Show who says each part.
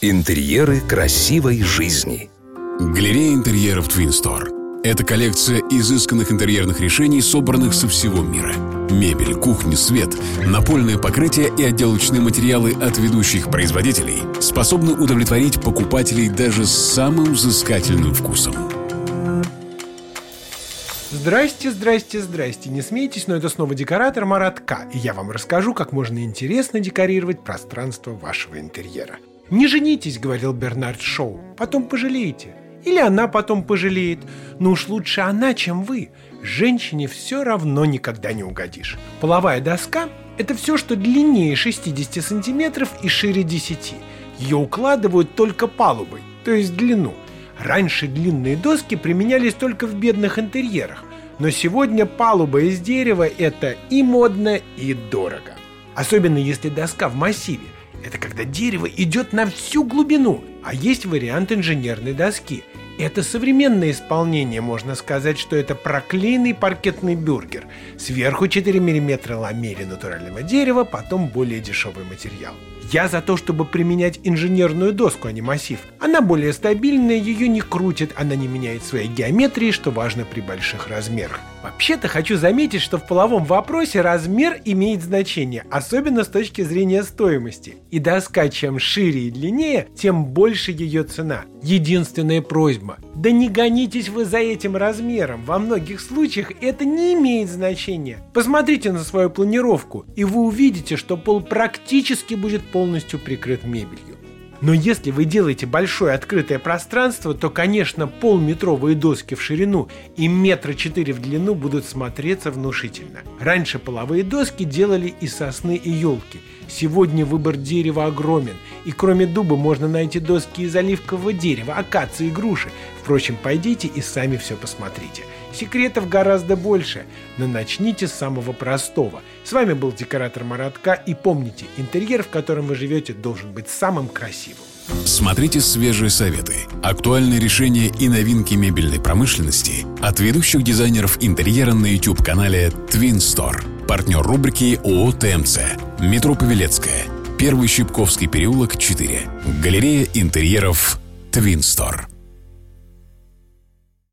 Speaker 1: Интерьеры красивой жизни.
Speaker 2: Галерея интерьеров Twin Store. Это коллекция изысканных интерьерных решений, собранных со всего мира. Мебель, кухня, свет, напольное покрытие и отделочные материалы от ведущих производителей способны удовлетворить покупателей даже с самым взыскательным вкусом.
Speaker 3: Здрасте. Не смейтесь, но это снова декоратор Марат К. И я вам расскажу, как можно интересно декорировать пространство вашего интерьера. «Не женитесь», — говорил Бернард Шоу, — «потом пожалеете». Или она потом пожалеет. Но уж лучше она, чем вы. Женщине все равно никогда не угодишь. Половая доска – это все, что длиннее 60 сантиметров и шире 10. Ее укладывают только палубой, то есть в длину. Раньше длинные доски применялись только в бедных интерьерах. Но сегодня палуба из дерева – это и модно, и дорого. Особенно если доска в массиве. Это когда дерево идет на всю глубину. А есть вариант инженерной доски. Это современное исполнение, можно сказать, что это проклеенный паркетный бюргер. Сверху 4 мм ламели натурального дерева, потом более дешевый материал. Я за то, чтобы применять инженерную доску, а не массив. Она более стабильная, ее не крутит, она не меняет своей геометрии, что важно при больших размерах. Вообще-то хочу заметить, что в половом вопросе размер имеет значение, особенно с точки зрения стоимости. И доска чем шире и длиннее, тем больше ее цена. Единственная просьба: да не гонитесь вы за этим размером. Во многих случаях это не имеет значения. Посмотрите на свою планировку, и вы увидите, что пол практически будет полностью прикрыт мебелью. Но если вы делаете большое открытое пространство, то, конечно, полметровые доски в ширину и 1,4 м в длину будут смотреться внушительно. Раньше половые доски делали из сосны и елки. Сегодня выбор дерева огромен, и кроме дуба можно найти доски из оливкового дерева, акации и груши. Впрочем, пойдите и сами все посмотрите. Секретов гораздо больше, но начните с самого простого. С вами был декоратор Марат К. И помните, интерьер, в котором вы живете, должен быть самым красивым.
Speaker 2: Смотрите свежие советы, актуальные решения и новинки мебельной промышленности от ведущих дизайнеров интерьера на YouTube-канале Twin Store. Партнер рубрики ООО «ТМЦ». Метро Павелецкая. 1 Щипковский переулок, 4. Галерея интерьеров Twin Store.